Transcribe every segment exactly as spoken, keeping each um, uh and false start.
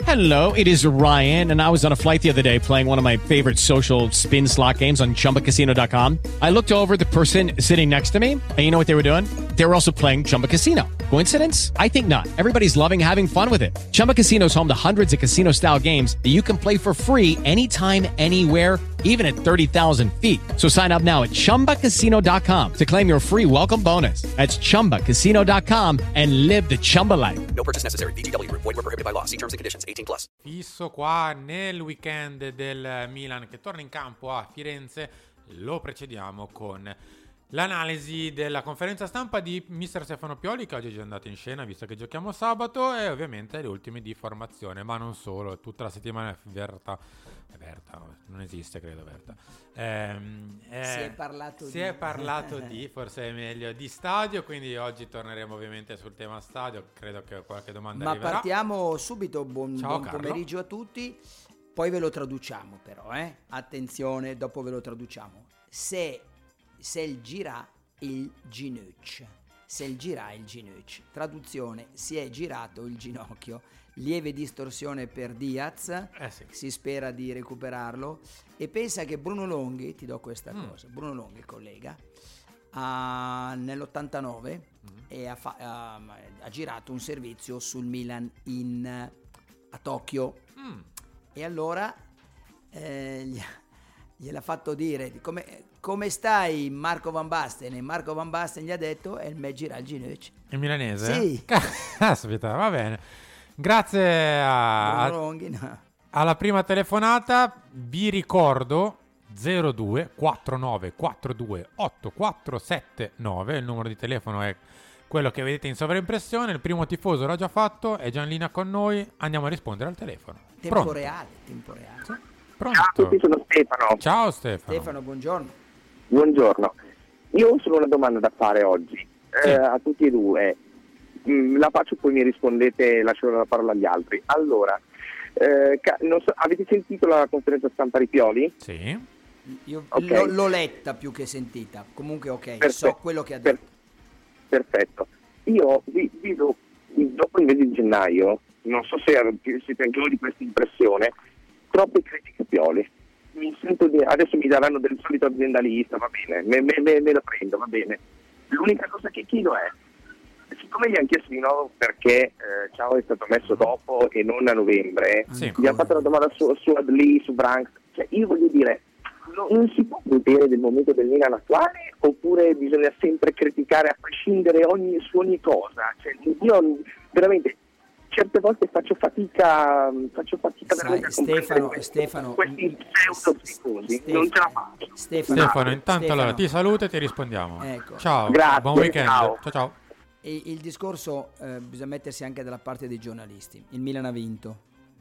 Hello, it is Ryan, and I was on a flight the other day playing one of my favorite social spin slot games on Chumba Casino dot com. I looked over at the person sitting next to me, and you know what they were doing? They were also playing Chumba Casino. Coincidence? I think not. Everybody's loving having fun with it. Chumba Casino is home to hundreds of casino-style games that you can play for free anytime, anywhere, even at thirty thousand feet. So sign up now at Chumba Casino dot com to claim your free welcome bonus. That's Chumba Casino dot com and live the Chumba life. No purchase necessary. V G W. Void where prohibited by law. See terms and conditions. eighteen plus. Fisso qua nel weekend del Milan che torna in campo a Firenze, lo precediamo con l'analisi della conferenza stampa di mister Stefano Pioli, che oggi è già andato in scena visto che giochiamo sabato, e ovviamente le ultime di formazione, ma non solo, tutta la settimana è Verta, è Verta, non esiste credo Verta. Ehm, eh, si è parlato si di... è parlato di, forse è meglio, di stadio, quindi oggi torneremo ovviamente sul tema stadio, credo che qualche domanda ma arriverà. Partiamo subito, buon, Ciao, buon Carlo. pomeriggio a tutti, poi ve lo traduciamo però, eh? Attenzione, dopo ve lo traduciamo. Se Se il gira il ginocchio, se il gira il ginocchio, traduzione: si è girato il ginocchio, lieve distorsione per Diaz, Eh sì. si spera di recuperarlo, e pensa che Bruno Longhi, ti do questa Mm. cosa, Bruno Longhi, il collega, ha, nell'ottantanove Mm. e ha, fa- ha, ha girato un servizio sul Milan in, a Tokyo, Mm. e allora eh, gli ha- gliel'ha fatto dire come, come stai Marco Van Basten, e Marco Van Basten gli ha detto e me gira il ginocchio. Il milanese? Sì. Aspetta, va bene. Grazie a, Bruno Longhi, no. alla prima telefonata. Vi ricordo zero due quattro nove quattro due otto quattro sette nove, il numero di telefono è quello che vedete in sovraimpressione. Il primo tifoso l'ha già fatto, è già in linea con noi, andiamo a rispondere al telefono. Tempo Pronto? reale, tempo reale. Sì. Ciao a Pronto? tutti, sono Stefano. Ciao Stefano. Stefano, buongiorno. Buongiorno. Io ho solo una domanda da fare oggi, Sì. eh, a tutti e due. Mm, la faccio, poi mi rispondete, lascio la parola agli altri. Allora, eh, ca- non so, avete sentito la conferenza stampa di Pioli? Sì. Io Ok. l'ho, l'ho letta più che sentita. Comunque ok, Perfe- so quello che ha per- detto. perfetto. Io vi, vedo, dopo il mese di gennaio, non so se siete anche voi di questa impressione, troppe critiche a Pioli. Mi sento di, adesso mi daranno del solito aziendalista, va bene, me, me, me, me lo prendo, va bene. L'unica cosa che chiedo è, siccome gli hanno chiesto di nuovo perché eh, Ciao è stato messo dopo e non a novembre, Sì. gli hanno fatto una domanda su, su Adli, su Branks, cioè io voglio dire, no- non si può godere del momento del Milan attuale, oppure bisogna sempre criticare a prescindere ogni, su ogni cosa? Cioè, io veramente certe volte faccio fatica faccio fatica Sai, veramente a comprendere Stefano, questi, Stefano, questi pseudo psicosi, Stefano, non ce la faccio. Stefano, Stefano, intanto Stefano, allora ti saluto e ti rispondiamo. Ecco. Ciao, Grazie, buon weekend. ciao. Ciao ciao. E il discorso eh, bisogna mettersi anche dalla parte dei giornalisti. Il Milan ha vinto.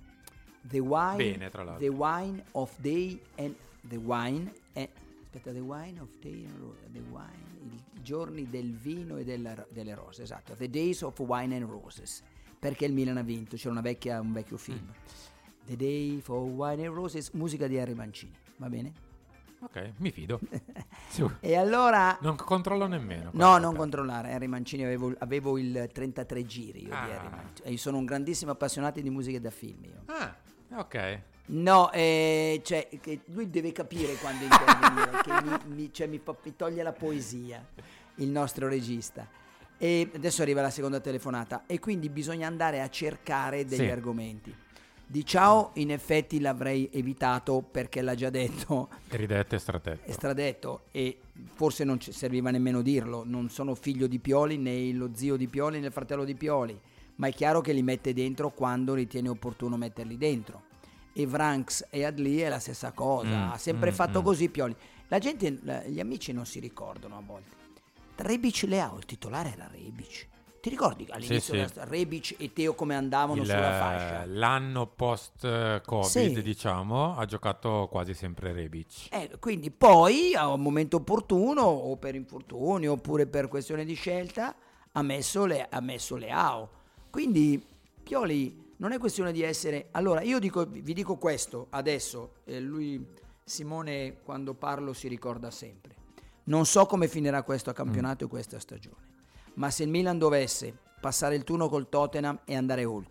The wine, Bene, tra l'altro. the wine of day and the wine è, aspetta, the wine of day and rose, the wine, i giorni del vino e della, delle rose, esatto. The days of wine and roses. Perché il Milan ha vinto? C'era una vecchia, un vecchio film. Mm. The Day for Wine and Roses, musica di Harry Mancini, va bene? Ok, mi fido. Sì. E allora Non controllo nemmeno. no, questa non volta. controllare. Harry Mancini avevo, avevo il trentatré giri io Ah. di Harry Mancini. Io sono un grandissimo appassionato di musiche da film. Io. Ah, ok. No, eh, cioè, che lui deve capire quando intervenire, che mi, mi- cioè, mi, fa- mi toglie la poesia, il nostro regista. E adesso arriva la seconda telefonata, e quindi bisogna andare a cercare degli Sì. argomenti. Di Ciao in effetti l'avrei evitato perché l'ha già detto, Ridetto e strattetto. è stradetto, e forse non ci serviva nemmeno dirlo. Non sono figlio di Pioli, né lo zio di Pioli, né il fratello di Pioli, ma è chiaro che li mette dentro quando ritiene opportuno metterli dentro. E Vranks e Adli è la stessa cosa, Mm, ha sempre mm, fatto mm. così Pioli. La gente, la- gli amici non si ricordano a volte. Rebic Leao, il titolare era Rebic. Ti ricordi all'inizio sì. della storia, Rebic e Teo come andavano Il, sulla fascia? l'anno post-Covid, Sì. diciamo, ha giocato quasi sempre Rebic. Eh, quindi poi a un momento opportuno, o per infortunio oppure per questione di scelta, ha messo, le, ha messo Leao. Quindi Pioli non è questione di essere... Allora io dico, vi dico questo adesso, eh, lui, Simone, quando parlo si ricorda sempre. Non so come finirà questo campionato e questa stagione, ma se il Milan dovesse passare il turno col Tottenham e andare oltre,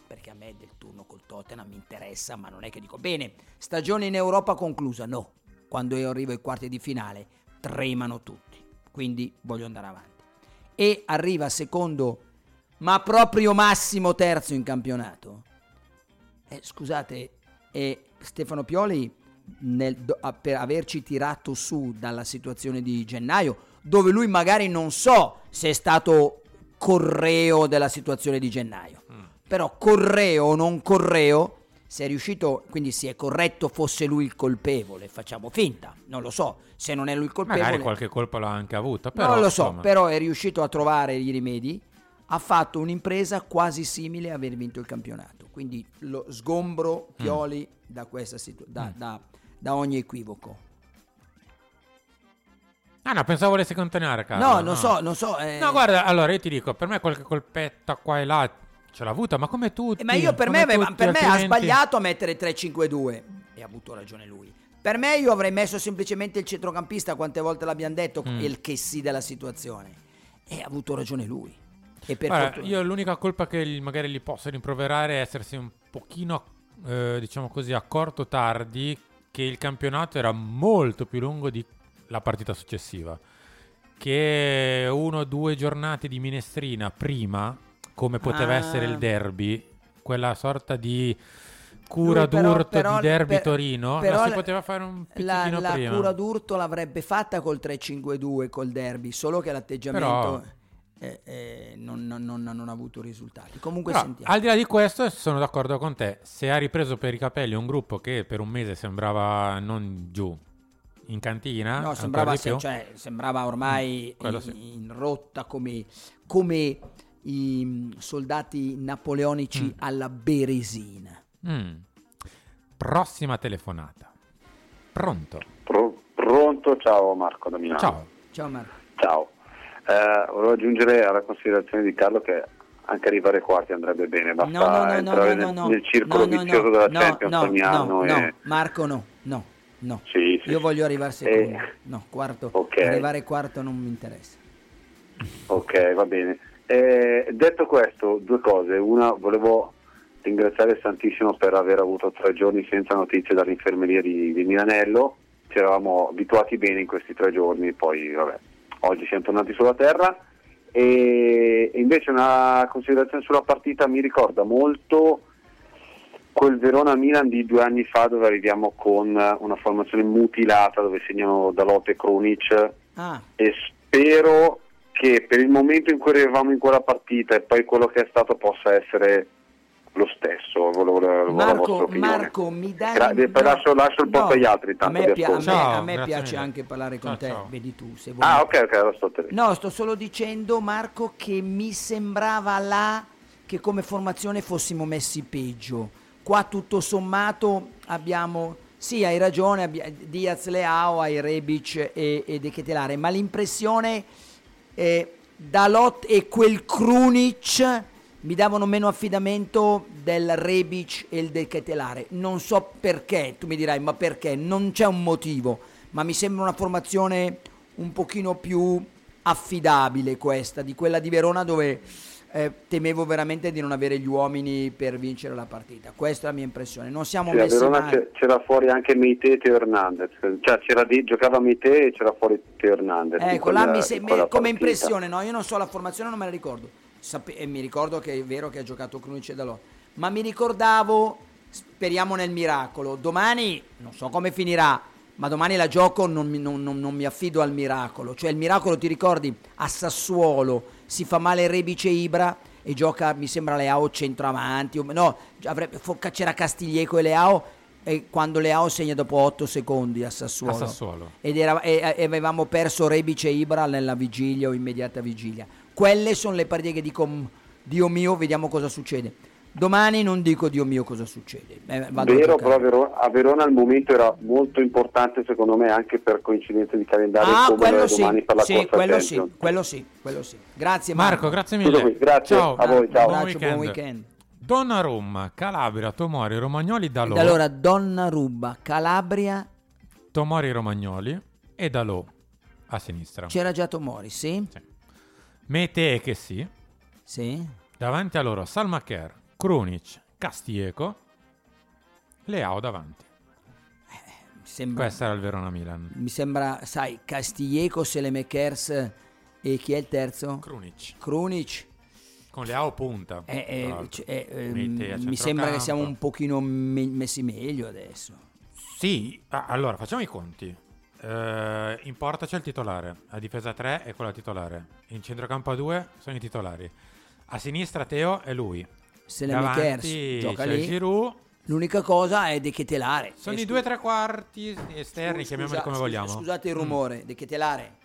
perché a me del turno col Tottenham mi interessa, ma non è che dico bene, stagione in Europa conclusa, no, quando io arrivo ai quarti di finale tremano tutti, quindi voglio andare avanti. E arriva secondo, ma proprio massimo terzo in campionato. Eh, scusate, eh, Stefano Pioli nel, do, per averci tirato su dalla situazione di gennaio, dove lui magari non so se è stato correo della situazione di gennaio, mm. però correo o non correo, se è riuscito, quindi se è corretto fosse lui il colpevole, facciamo finta, non lo so, se non è lui il colpevole magari qualche colpa l'ha anche avuta, però non lo so, insomma. Però è riuscito a trovare i rimedi, ha fatto un'impresa quasi simile a aver vinto il campionato, quindi lo sgombro Pioli mm. da questa situ- da, mm. da, da ogni equivoco. Ah no, pensavo volessi continuare, Carlo. No, no, non so, non so. Eh... No, guarda, allora io ti dico, per me qualche colpetta qua e là ce l'ha avuta, ma come tutti. Eh, ma io per me, tutti, per me altrimenti... ha sbagliato a mettere tre cinque due e ha avuto ragione lui. Per me io avrei messo semplicemente il centrocampista, quante volte l'abbiamo detto, mm. il che sì della situazione. E ha avuto ragione lui. E per Guarda, fortuna... io l'unica colpa che gli, magari gli posso rimproverare è essersi un pochino, eh, diciamo così, accorto tardi che il campionato era molto più lungo di la partita successiva. Che uno o due giornate di minestrina prima, come poteva ah. essere il derby, quella sorta di cura Lui però, d'urto però, di derby per, Torino, però la si poteva fare un pizzichino la, prima. La cura d'urto l'avrebbe fatta col tre cinque due col derby, solo che l'atteggiamento però, eh, eh, non, non, non, non ha avuto risultati. Comunque però, sentiamo. al di là di questo sono d'accordo con te, se ha ripreso per i capelli un gruppo che per un mese sembrava non giù in cantina, no, sembrava, di più. Cioè, sembrava ormai mm, in, sì. in rotta come, come i soldati napoleonici mm. alla Beresina. Mm. Prossima telefonata. Pronto? Pro- pronto, ciao Marco da Milano. Ciao. Ciao Marco. Ciao. Eh, volevo aggiungere alla considerazione di Carlo che anche arrivare ai quarti andrebbe bene, basta no, no, no, entrare no, no, nel, no, nel circolo no, no, vizioso no, della no, Champions no, ogni no, anno. no, e... Marco no, no, no. Sì, sì, Io voglio arrivare secondo, eh, no, quarto, okay. Arrivare quarto non mi interessa. Ok, va bene. Eh, detto questo, due cose. Una, volevo ringraziare il Santissimo per aver avuto tre giorni senza notizie dall'infermeria di, di Milanello. Ci eravamo abituati bene in questi tre giorni, poi vabbè, oggi siamo tornati sulla terra. E invece una considerazione sulla partita: mi ricorda molto quel Verona-Milan di due anni fa, dove arriviamo con una formazione mutilata, dove segnano Dalot e Krunic, ah. e spero che per il momento in cui arrivavamo in quella partita e poi quello che è stato possa essere lo stesso. Volevo, volevo Marco, Marco mi dai Gra- no, lascio, lascio il posto no, agli altri, a me, pia- a me, ciao, a me piace mille. anche parlare con ciao, te, ciao. vedi tu se vuoi. Ah, ok, ok, allora sto te. No, sto solo dicendo, Marco, che mi sembrava là che come formazione fossimo messi peggio. Qua tutto sommato abbiamo, sì, hai ragione, abbi- Diaz, Leao, hai Rebic e, e De Ketelare, ma l'impressione è Dalot e quel Krunic mi davano meno affidamento del Rebic e il De Ketelare. Non so perché, tu mi dirai, ma perché? Non c'è un motivo, ma mi sembra una formazione un pochino più affidabile questa, di quella di Verona, dove eh, temevo veramente di non avere gli uomini per vincere la partita. Questa è la mia impressione. Non siamo sì, messi a Verona male. C'era fuori anche Meite e Teo Hernandez, cioè c'era di, giocava Meite e c'era fuori Teo Hernandez. Ecco, là mi se- me, come impressione, no? Io non so la formazione, non me la ricordo. Sape- e mi ricordo che è vero che ha giocato Krunic e Dalot, ma mi ricordavo, speriamo nel miracolo. Domani non so come finirà, ma domani la gioco, non mi, non, non, non mi affido al miracolo. Cioè il miracolo, ti ricordi, a Sassuolo si fa male Rebic e Ibra e gioca, mi sembra, Leao centravanti, no, avrebbe, c'era Castiglieco e Leao, e quando Leao segna dopo otto secondi a Sassuolo, a Sassuolo. Ed era, e, e avevamo perso Rebic e Ibra nella vigilia o immediata vigilia. Quelle sono le partite che dico, Dio mio, vediamo cosa succede. Domani non dico Dio mio cosa succede. Eh, vado Vero, però a Verona, a Verona al momento era molto importante, secondo me, anche per coincidenza di calendario, ah, come quello domani sì, per la sì, corsa quello Champions. sì, quello sì, quello sì. Grazie Marco. Marco, grazie mille. Qui, grazie ciao. a voi, ciao. Un abbraccio, Buon buon weekend. weekend. Donnarumma, Calabria, Tomori, Romagnoli, Dalot. Ed allora Donnarumma, Calabria, Tomori, Romagnoli e Dalot a sinistra. c'era già Tomori, sì? Sì. Mete e che sì. Sì. Davanti a loro Salmacher, Krunic, Castillejo, Leao davanti. Mi sembra, Questo era il Verona-Milan. mi sembra, sai, Castillejo, Selemakers e chi è il terzo? Krunic. Krunic. Con Leao punta. Eh, eh, tra l'altro. c- eh, ehm, Mette a mi sembra che siamo centrocampo. un pochino me- messi meglio adesso. Sì, ah, allora facciamo i conti. Eh, in porta c'è il titolare, a difesa tre è quella titolare, in centrocampo a due sono i titolari, a sinistra Teo è lui, Selemakers davanti gioca c'è lì. Giroud, L'unica cosa è De Ketelare. sono Eh, i scu- due tre quarti esterni, scusa- chiamiamoli come scusa- vogliamo. Scusate il rumore, De Ketelare.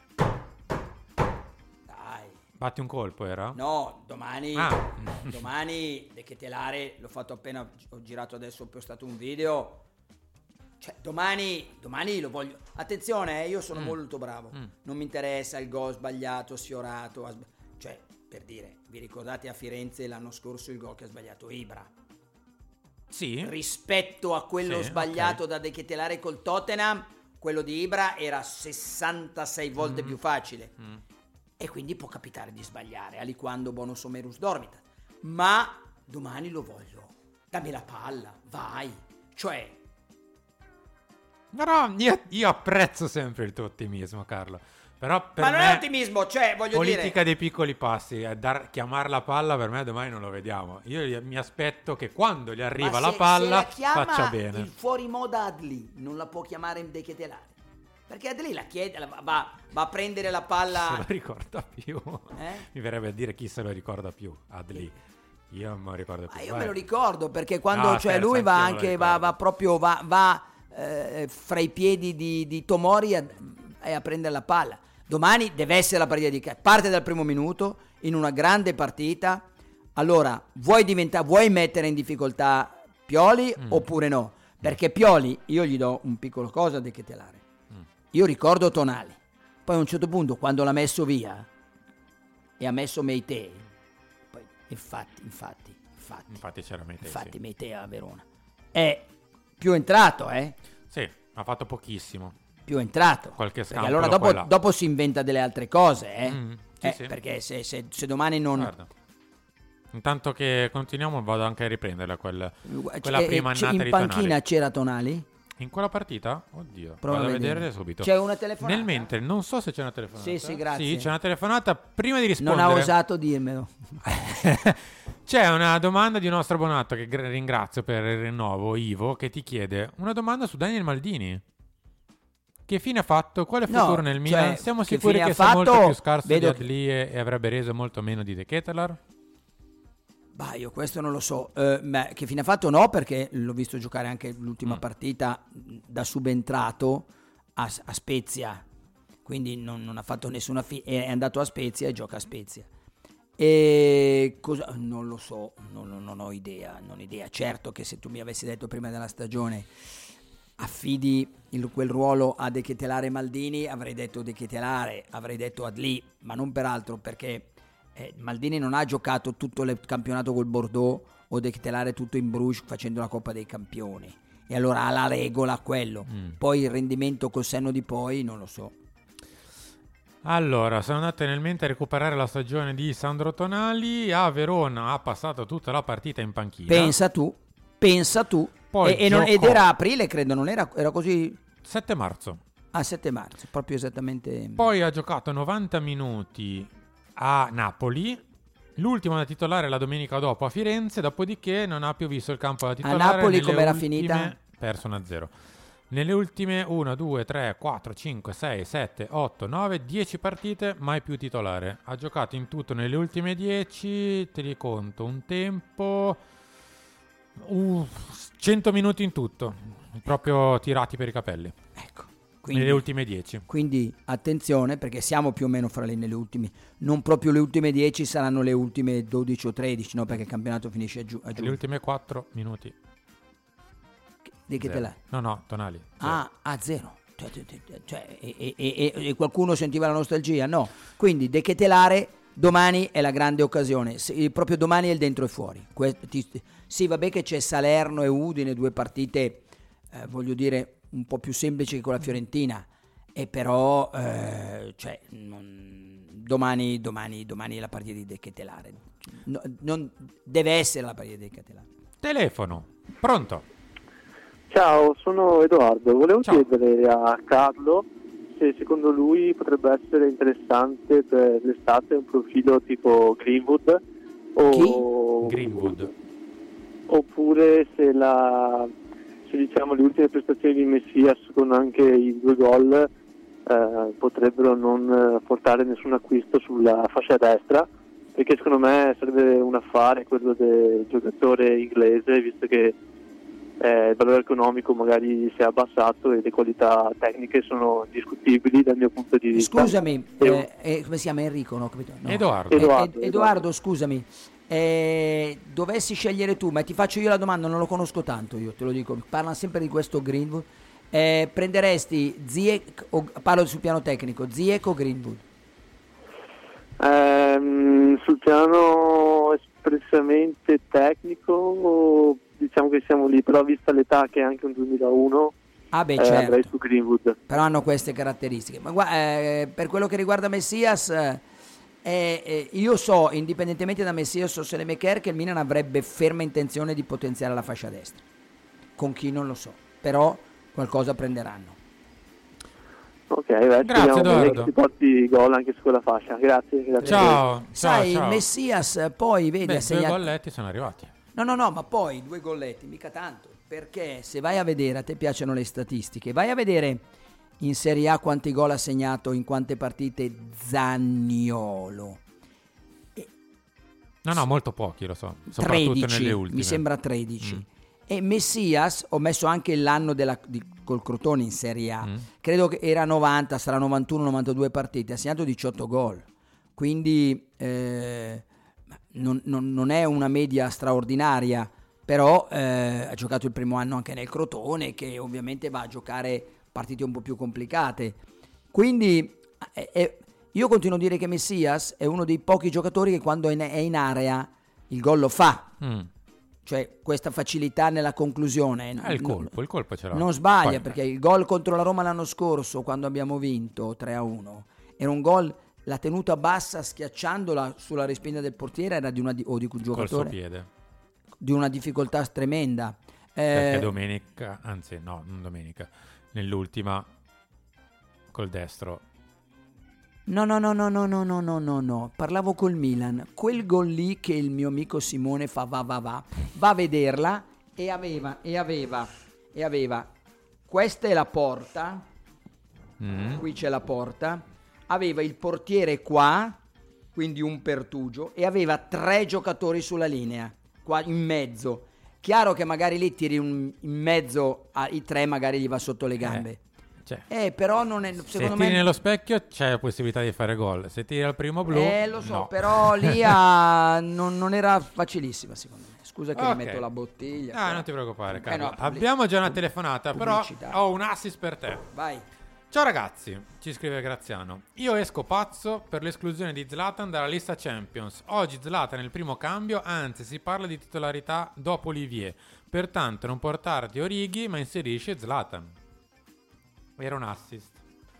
Dai. Batti un colpo era? No, domani, Ah. domani De Ketelare, l'ho fatto appena, ho girato adesso, ho postato un video. Cioè, domani, domani lo voglio. Attenzione, eh, io sono Mm. molto bravo. Mm. Non mi interessa il gol sbagliato, sfiorato. ha sb- Cioè, per dire, vi ricordate a Firenze l'anno scorso il gol che ha sbagliato Ibra? Sì, Rispetto a quello Sì, sbagliato ok. da De Ketelare col Tottenham, quello di Ibra era sessantasei volte Mm. più facile. Mm. E quindi può capitare di sbagliare, aliquando bonus somerus dormitat. Ma domani lo voglio. Dammi la palla, vai. Cioè, però io, io apprezzo sempre il tuo ottimismo, Carlo, però per ma non me è ottimismo, cioè, voglio politica dire. dei piccoli passi, a dar, chiamare la palla per me domani non lo vediamo. Io gli- mi aspetto che quando gli arriva Ma la se- palla se la chiama faccia bene. il fuori moda Adli non la può chiamare De Ketelare. Perché Adli la chiede, la- va, va a prendere la Se palla. lo ricorda più. Eh? Mi verrebbe a dire chi se lo ricorda più. Adli. Io non me lo ricordo più. Ma io Vai. me lo ricordo perché quando No, cioè scherzo, lui va anch'io me lo anche va, ricordo. va proprio va, va eh, fra i piedi di, di Tomori a, e a prendere la palla. Domani deve essere la partita di ca- parte dal primo minuto in una grande partita. Allora, vuoi diventare vuoi mettere in difficoltà Pioli Mm. oppure no? Perché Pioli, io gli do un piccolo cosa De Ketelare. Mm. Io ricordo Tonali. Poi a un certo punto quando l'ha messo via e ha messo Meite, poi infatti, infatti, infatti, Infatti c'era Meite, infatti sì. Meite a Verona è più entrato, eh? Sì, ha fatto pochissimo. Più entrato. Qualche Perché scampolo allora qua e dopo, là. dopo si inventa delle altre cose, eh? Mm, sì, Eh, sì. Perché se, se- se domani non... Guarda. Intanto che continuiamo vado anche a riprenderla quel, quella Eh, prima eh, c- annata in di panchina Tonali. c'era Tonali? In quella partita? Oddio, Prova vado a a vedere. vedere subito. C'è una telefonata? Nel mentre, non so se c'è una telefonata. Sì, sì, grazie. Sì, c'è una telefonata. Prima di Non rispondere, ha osato dirmelo. c'è una domanda di un nostro abbonato che gra- ringrazio per il rinnovo, Ivo, che ti chiede una domanda su Daniel Maldini. Che fine ha fatto? Quale No, futuro nel cioè, Milan? Siamo che sicuri fine che ha sia molto fatto? più scarso Vedo di che- Adli e, e avrebbe reso molto meno di De Ketelaere? Bah, io questo non lo so. Eh, beh, che fine ha fatto? No, perché l'ho visto giocare anche l'ultima Mm. partita mh, da subentrato a, a Spezia. Quindi non, non ha fatto nessuna fine. È andato a Spezia e gioca a Spezia. E cosa? Non lo so, non, non- non ho idea. Non ho idea. Certo che se tu mi avessi detto prima della stagione affidi il- quel ruolo a De Ketelare e Maldini, avrei detto De Ketelare, avrei detto Adli, ma non per altro, perché eh, Maldini non ha giocato tutto il campionato col Bordeaux o De Ketelare tutto in Bruges facendo la Coppa dei Campioni, e allora ha la regola quello. Mm. Poi il rendimento col senno di poi non lo so. Allora, sono andato nel mente a recuperare la stagione di Sandro Tonali. A Verona ha passato tutta la partita in panchina. Pensa tu, pensa tu. Poi e, e non- ed giocò- era aprile, credo, non era, era così sette marzo. a sette marzo, proprio esattamente. Poi ha giocato novanta minuti a Napoli. L'ultimo da titolare la domenica dopo a Firenze. Dopodiché non ha più visto il campo da titolare. Napoli nelle com'era ultime- finita? Perso uno a zero. Nelle ultime uno, due, tre, quattro, cinque, sei, sette, otto, nove, dieci partite, mai più titolare. Ha giocato in tutto nelle ultime dieci, te li conto, un tempo... Uh, cento minuti in tutto, proprio tirati per i capelli. Ecco, quindi, Nelle ultime dieci. quindi attenzione, perché siamo più o meno fra le nelle ultime, non proprio le ultime dieci, saranno le ultime dodici o tredici, no? Perché il campionato finisce a, giu- a Le giugno. ultime quattro minuti. Di che te Zero. l'ha? No, no, Tonali. zero. Ah, a zero. Cioè, cioè, cioè, e, e- e- e qualcuno sentiva la nostalgia? No. Quindi De Ketelare domani è la grande occasione. Se- proprio domani è il dentro e fuori. Que- ti- sì, vabbè che c'è Salerno e Udine, due partite, eh, voglio dire, un po' più semplici che con la Fiorentina. e però eh, cioè, non, domani, domani, domani è la partita di De Ketelare. No, non, deve essere la partita di De Ketelare. Telefono, pronto? Ciao, sono Edoardo. Volevo Ciao. chiedere a Carlo se secondo lui potrebbe essere interessante per l'estate un profilo tipo Greenwood o Greenwood. oppure se la se diciamo le ultime prestazioni di Messias con anche i due gol eh, potrebbero non portare nessun acquisto sulla fascia destra, perché secondo me sarebbe un affare quello del giocatore inglese, visto che eh, il valore economico magari si è abbassato e le qualità tecniche sono discutibili dal mio punto di vista. Scusami, eh, eh, come si chiama Enrico? No, capito? No. Edoardo. Eh, Edoardo, Ed- Edoardo, scusami, eh, dovessi scegliere tu, ma ti faccio io la domanda, non lo conosco tanto, io te lo dico, parla sempre di questo Greenwood, eh, prenderesti Ziyech, o, parlo sul piano tecnico, Ziyech o Greenwood? Ehm, sul piano espressamente tecnico diciamo che siamo lì, però vista l'età che è anche un duemilauno Ah beh, eh, certo. andrei su Greenwood. Però hanno queste caratteristiche. Ma gua- eh, per quello che riguarda Messias, eh, eh, io so, indipendentemente da Messias o Selemaker, che il Milan avrebbe ferma intenzione di potenziare la fascia destra. Con chi non lo so, però qualcosa prenderanno. Ok, beh, Grazie, speriamo bene Edoardo. che si porti gol anche su quella fascia. Grazie, grazie. Ciao, ciao, Sai, ciao. Messias poi vedi Beh, ha due segnato. golletti sono arrivati. No, no, no, ma poi due golletti, mica tanto. Perché se vai a vedere, a te piacciono le statistiche, vai a vedere in Serie A quanti gol ha segnato in quante partite Zaniolo. No, no, molto pochi, lo so. Soprattutto tredici, nelle ultime. mi sembra tredici. Mm. E Messias, ho messo anche l'anno della, di, col Crotone in Serie A, Mm. credo che era novanta, sarà novantuno novantadue partite, ha segnato diciotto gol. Quindi eh, non, non- non è una media straordinaria, però eh, ha giocato il primo anno anche nel Crotone, che ovviamente va a giocare partite un po' più complicate. Quindi eh, eh, io continuo a dire che Messias è uno dei pochi giocatori che quando è in, è in area il gol lo fa. Mm. Cioè questa facilità nella conclusione. Eh, il n- colpo, il colpo ce l'ha. Non sbaglia, Poi, perché il gol contro la Roma l'anno scorso, quando abbiamo vinto tre a uno, era un gol, la tenuta bassa schiacciandola sulla respinta del portiere era di una di, o di un col suo giocatore piede. di una difficoltà tremenda. Perché Eh, domenica, anzi no, non domenica, nell'ultima col destro. No, no, no, no, no, no, no, no, no, no. Parlavo col Milan. Quel gol lì che il mio amico Simone fa va va va, va a vederla e aveva, e aveva, e aveva. Questa è la porta, Mm. qui c'è la porta. Aveva il portiere qua, quindi un pertugio, e aveva tre giocatori sulla linea, qua in mezzo. Chiaro che magari lì tiri un, in mezzo ai tre, magari gli va sotto le gambe. Cioè, Eh, però non è, se secondo tiri me... nello specchio c'è la possibilità di fare gol. Se tiri al primo blu, Eh, lo so, no. però lì ha- non, non era facilissima secondo me. Scusa che Ok. rimetto la bottiglia. Ah, però- non ti preoccupare, Eh, Carlo. no, pubblic- Abbiamo già una telefonata, però pubblicità. ho un assist per te. Vai. Ciao ragazzi, ci scrive Graziano. Io esco pazzo per l'esclusione di Zlatan dalla lista Champions. Oggi Zlatan è il primo cambio, anzi si parla di titolarità dopo Olivier. Pertanto non portarti Orighi, ma inserisci Zlatan. Era un assist.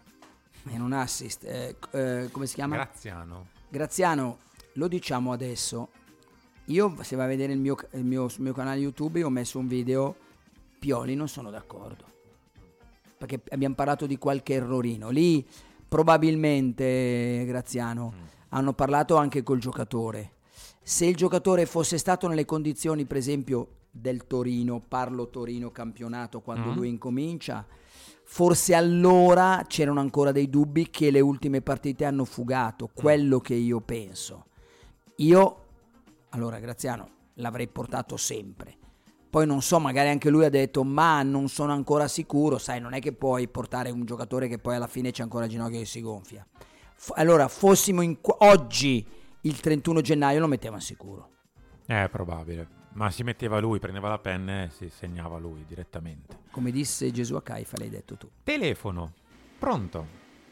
Era un assist. Eh, eh, come si chiama? Graziano. Graziano, lo diciamo adesso. Io, se vai a vedere il mio, il mio- sul mio canale YouTube, io ho messo un video. Pioli non sono d'accordo. Perché abbiamo parlato di qualche errorino. Lì, probabilmente, Graziano, hanno parlato anche col giocatore. Se il giocatore fosse stato nelle condizioni, per esempio, del Torino, parlo Torino campionato, quando Mm. lui incomincia, forse allora c'erano ancora dei dubbi che le ultime partite hanno fugato, quello che io penso. Io, allora Graziano, l'avrei portato sempre. Poi non so, magari anche lui ha detto, ma non sono ancora sicuro, sai, non è che puoi portare un giocatore che poi alla fine c'è ancora il ginocchio che si gonfia. F- allora, fossimo in qu- oggi, il trentuno gennaio, lo mettiamo sicuro. È probabile. Ma si metteva lui, prendeva la penna e si segnava lui direttamente. Come disse Gesù a Caifa, l'hai detto tu. Telefono. Pronto?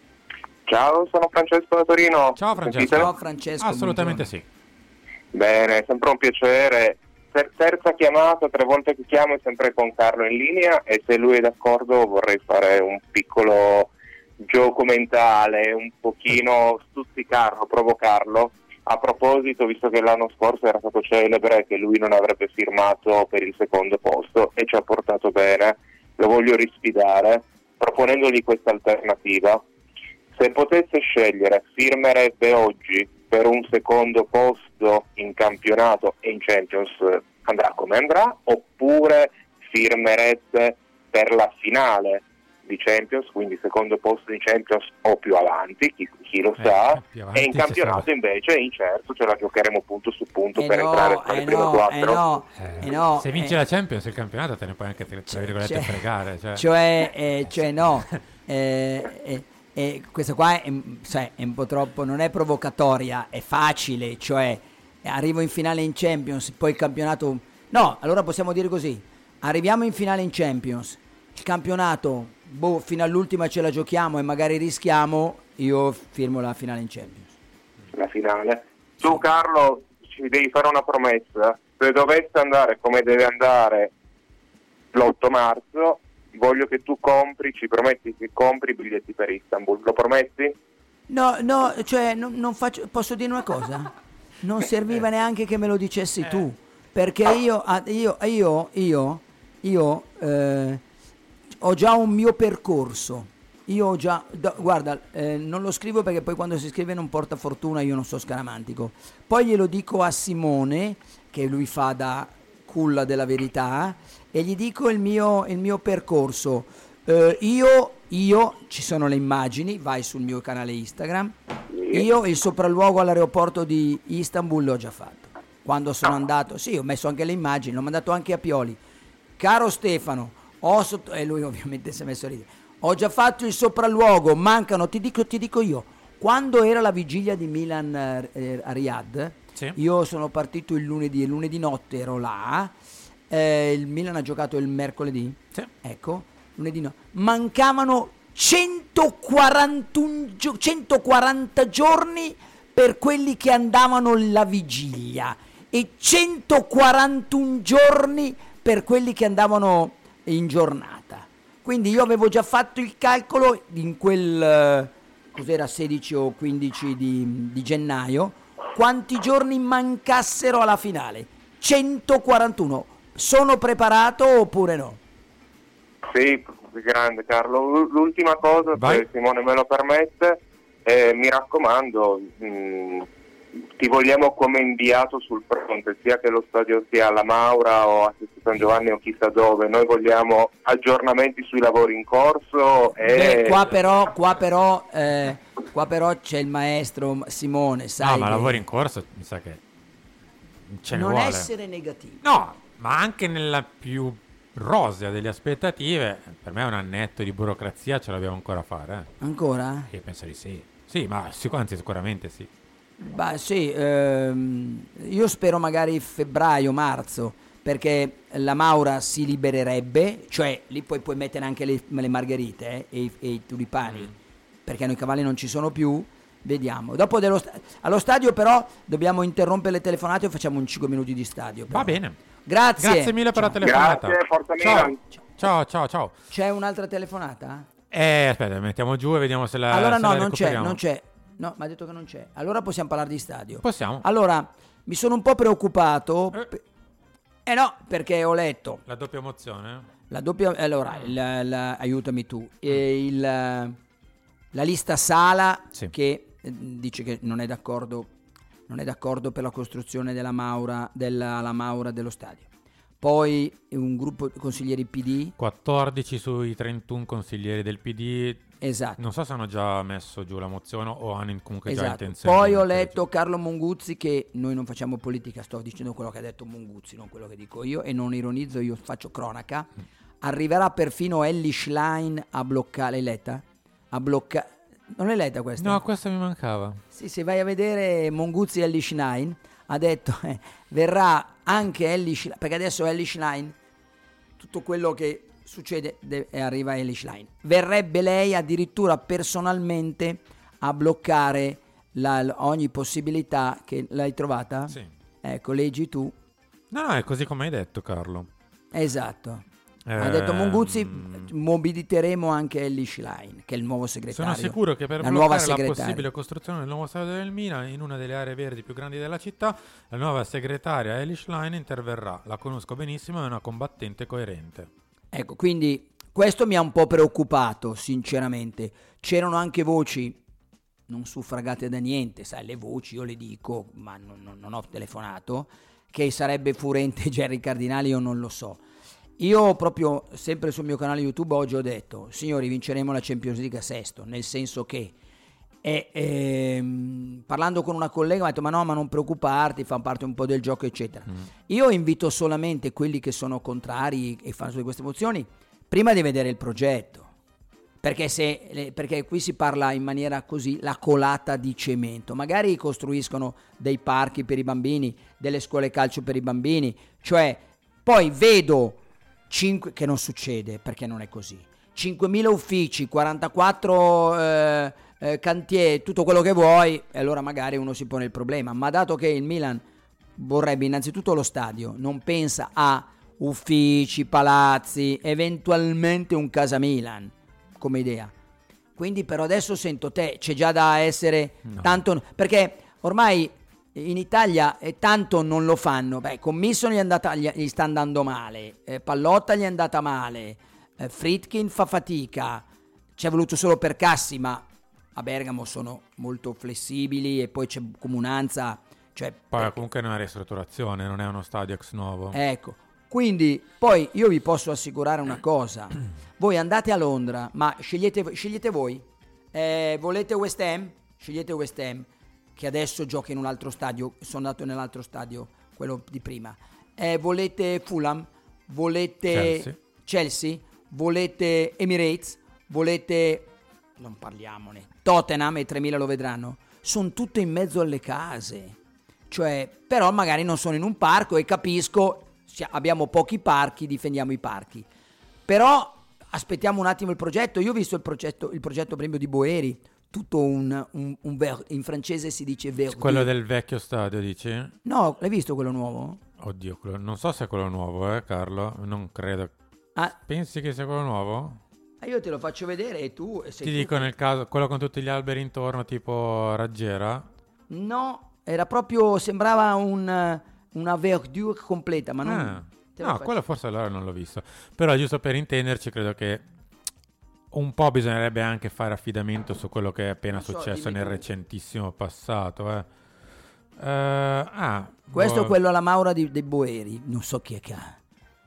Ciao, sono Francesco da Torino. Ciao Francesco. Sentite? Ciao Francesco. Assolutamente buongiorno. sì. Bene, sempre un piacere. Ter- terza chiamata, tre volte che chiamo, sempre con Carlo in linea, e se lui è d'accordo vorrei fare un piccolo gioco mentale, un pochino stuzzicarlo, provocarlo. A proposito, visto che l'anno scorso era stato celebre che lui non avrebbe firmato per il secondo posto e ci ha portato bene, lo voglio risfidare proponendogli questa alternativa. Se potesse scegliere, firmerebbe oggi per un secondo posto in campionato e in Champions, andrà come andrà, oppure firmerebbe per la finale di Champions, quindi secondo posto in Champions o più avanti, chi, chi lo sa, eh, avanti e in campionato sarà. invece è incerto, ce la giocheremo punto su punto Eh per no, entrare tra eh le prime no, quattro. eh no, Eh, eh no, se vince eh. la Champions il campionato te ne puoi anche tra virgolette Cioè- fregare. Cioè. Cioè, eh, cioè no, eh, eh, eh, questa qua è, sai, è un po' troppo, non è provocatoria, è facile, cioè arrivo in finale in Champions, poi il campionato, no, allora possiamo dire così, arriviamo in finale in Champions, il campionato, boh, fino all'ultima ce la giochiamo e magari rischiamo, io firmo la finale in Champions. La finale. Tu Carlo ci devi fare una promessa, se dovesse andare come deve andare l'otto marzo, voglio che tu compri, ci prometti che compri i biglietti per Istanbul, lo prometti? No, no, cioè non, non faccio, posso dire una cosa? Non serviva neanche che me lo dicessi tu, perché io, ah, io, io, io, io eh, ho già un mio percorso. Io ho già, da- guarda, eh, non lo scrivo perché poi quando si scrive non porta fortuna, io non so scaramantico. Poi glielo dico a Simone, che lui fa da culla della verità, e gli dico il mio, il mio percorso. Eh, io, io, ci sono le immagini, vai sul mio canale Instagram. Io il sopralluogo all'aeroporto di Istanbul l'ho già fatto. Quando sono andato, sì, ho messo anche le immagini, l'ho mandato anche a Pioli. Caro Stefano, ho sotto... e lui ovviamente si è messo a ridere. Ho già fatto il sopralluogo, mancano, ti dico, ti dico io, quando era la vigilia di Milan eh, a Riyadh, Sì. io sono partito il lunedì, il lunedì notte ero là, eh, il Milan ha giocato il mercoledì, Sì. ecco, lunedì no, mancavano centoquarantuno gio- centoquaranta giorni per quelli che andavano la vigilia e centoquarantuno giorni per quelli che andavano in giornata. Quindi io avevo già fatto il calcolo in quel eh, cos'era sedici o quindici di, di gennaio, quanti giorni mancassero alla finale. centoquarantuno. Sono preparato oppure no? Sì, grande Carlo. L- L'ultima cosa, Vai. se Simone me lo permette, eh, mi raccomando, mh, ti vogliamo come inviato sul fronte, sia che lo stadio sia alla Maura o a Sesto San Giovanni o chissà dove. Noi vogliamo aggiornamenti sui lavori in corso e... Beh, qua però, qua però, eh, qua però c'è il maestro Simone, sai No, ma che lavori in corso, mi sa che ce ne non vuole. essere negativo. No, ma anche nella più rosea delle aspettative, per me un annetto di burocrazia ce l'abbiamo ancora a fare. Ancora? Eh. Io penso di sì. Sì, ma sic- anzi sicuramente sì. Beh, sì, ehm, io spero magari febbraio, marzo, perché la Maura si libererebbe, cioè lì poi puoi mettere anche le, le margherite eh, e, i- e i tulipani, Mm. perché noi cavalli non ci sono più, vediamo. Dopo dello sta- allo stadio però dobbiamo interrompere le telefonate e facciamo un cinque minuti di stadio. però. Va bene. Grazie. Grazie mille per la Ciao. telefonata. Grazie, forza ciao. Milan. Ciao, ciao, ciao. C'è un'altra telefonata? Eh, aspetta, mettiamo giù e vediamo se la allora se no, la non c'è, recuperiamo. non c'è. No, mi ha detto che non c'è. Allora possiamo parlare di stadio. Possiamo. Allora, mi sono un po' preoccupato. Eh. pe- Eh no, perché ho letto La doppia emozione? la doppia. Allora, la- la- aiutami tu. Eh, il, la lista Sala Sì. che eh, dice che non è d'accordo, non è d'accordo per la costruzione della Maura, della la Maura dello stadio. Poi un gruppo di consiglieri P D. quattordici sui trentuno consiglieri del P D. Esatto. Non so se hanno già messo giù la mozione o hanno in- comunque già Esatto. intenzione. Poi di ho mettere letto Carlo Monguzzi che noi non facciamo politica, sto dicendo quello che ha detto Monguzzi, non quello che dico io e non ironizzo, io faccio cronaca. Arriverà perfino Ellie Schlein a bloccare, l'hai letta? A bloccare. Non l'hai letta giù. questa? No, questa mi mancava. Sì, se vai a vedere Monguzzi e Ellie Schlein, ha detto eh, verrà anche Ellie Schlein, perché adesso Ellie Schlein, tutto quello che succede de- e arriva Ellie Schlein. Verrebbe lei addirittura personalmente a bloccare la- l- ogni possibilità che l'hai trovata? Sì. Ecco, leggi tu. No, no, è così come hai detto, Carlo. Esatto. Ha detto Monguzzi, Ehm, mobiliteremo anche Elly Schlein, che è il nuovo segretario. Sono sicuro che per la nuova bloccare la segretaria. possibile costruzione del nuovo stadio del Milan in una delle aree verdi più grandi della città, la nuova segretaria Elly Schlein interverrà. La conosco benissimo, è una combattente coerente. Ecco, quindi questo mi ha un po' preoccupato, sinceramente. C'erano anche voci non suffragate da niente, sai, le voci io le dico, ma non, non- non ho telefonato, che sarebbe furente Jerry Cardinali, io non lo so. Io proprio, sempre sul mio canale YouTube oggi ho detto, signori, vinceremo la Champions League a sesto, nel senso che, e, ehm, parlando con una collega mi ha detto, ma no, ma non preoccuparti, fa parte un po' del gioco, eccetera. Io invito solamente quelli che sono contrari e fanno su queste emozioni, prima di vedere il progetto. Perché, se, perché qui si parla in maniera così, la colata di cemento. Magari costruiscono dei parchi per i bambini, delle scuole calcio per i bambini, cioè poi vedo cinque, che non succede perché non è così, cinquemila uffici, quarantaquattro eh, eh, cantieri, tutto quello che vuoi, e allora magari uno si pone il problema. Ma dato che il Milan vorrebbe innanzitutto lo stadio, non pensa a uffici, palazzi, eventualmente un Casa Milan come idea. Quindi però adesso sento te, c'è già da essere No. tanto, perché ormai in Italia eh, tanto non lo fanno. Beh, Commisso gli, è andata, gli, gli sta andando male, eh, Pallotta gli è andata male, eh, Friedkin fa fatica, ci è voluto solo per Cassi, ma a Bergamo sono molto flessibili, e poi c'è comunanza, cioè Poi perché- comunque è una ristrutturazione, non è uno stadio ex novo. ecco, quindi poi io vi posso assicurare una cosa, voi andate a Londra, ma scegliete, scegliete voi, eh, volete West Ham? Scegliete West Ham, che adesso gioca in un altro stadio, sono andato nell'altro stadio, quello di prima, eh, volete Fulham, volete Chelsea. Chelsea, volete Emirates, volete, non parliamone, Tottenham, e tremila lo vedranno, sono tutte in mezzo alle case. Cioè, però magari non sono in un parco, e capisco, si- abbiamo pochi parchi, difendiamo i parchi. Però aspettiamo un attimo il progetto. Io ho visto il progetto, il progetto per esempio di Boeri, tutto un, un, un ver- in francese si dice verde. Quello del vecchio stadio, dici? No, l'hai visto quello nuovo? Oddio, quello- non so se è quello nuovo, eh, Carlo. Non credo. Ah, Pensi che sia quello nuovo? io te lo faccio vedere e tu... e sei Ti tu dico che- nel caso, quello con tutti gli alberi intorno, tipo Raggiera. No, era proprio, sembrava un, una verdure completa, ma non... Ah. te lo No, faccio- quello forse allora non l'ho visto. Però giusto per intenderci, credo che un po' bisognerebbe anche fare affidamento su quello che è appena Non so, successo dimmi nel tu. recentissimo passato. Eh. Eh, ah, Questo boh, è quello alla Maura di- dei Boeri, non so chi è che ha.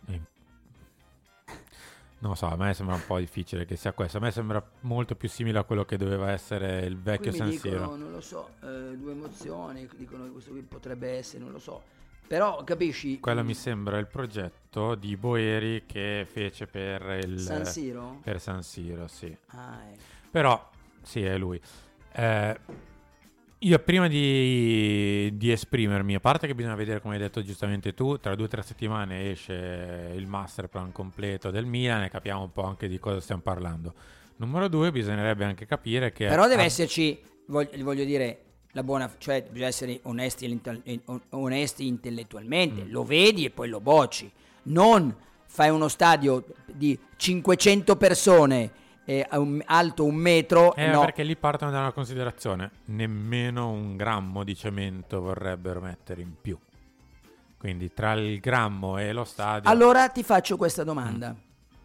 Non lo so, a me sembra un po' difficile che sia questo. A me sembra molto più simile a quello che doveva essere il vecchio Qui San mi Siro. dicono, non lo so, eh, due emozioni, dicono che questo qui potrebbe essere, non lo so. Però capisci? Quello mi sembra il progetto di Boeri che fece per il San Siro? Per San Siro, sì. Ah, ecco. Però, sì, è lui. Eh, io prima di, di esprimermi, a parte che bisogna vedere, come hai detto giustamente tu, tra due o tre settimane esce il master plan completo del Milan e capiamo un po' anche di cosa stiamo parlando. Numero due, bisognerebbe anche capire che... Però deve ah, esserci, voglio, voglio dire, la buona, cioè bisogna essere onesti, all'intel- eh, onesti intellettualmente, Mm. lo vedi e poi lo bocci. Non fai uno stadio di cinquecento persone, eh, a un- alto un metro, Eh, no. perché lì partono da una considerazione. Nemmeno un grammo di cemento vorrebbero mettere in più. Quindi tra il grammo e lo stadio... Allora ti faccio questa domanda.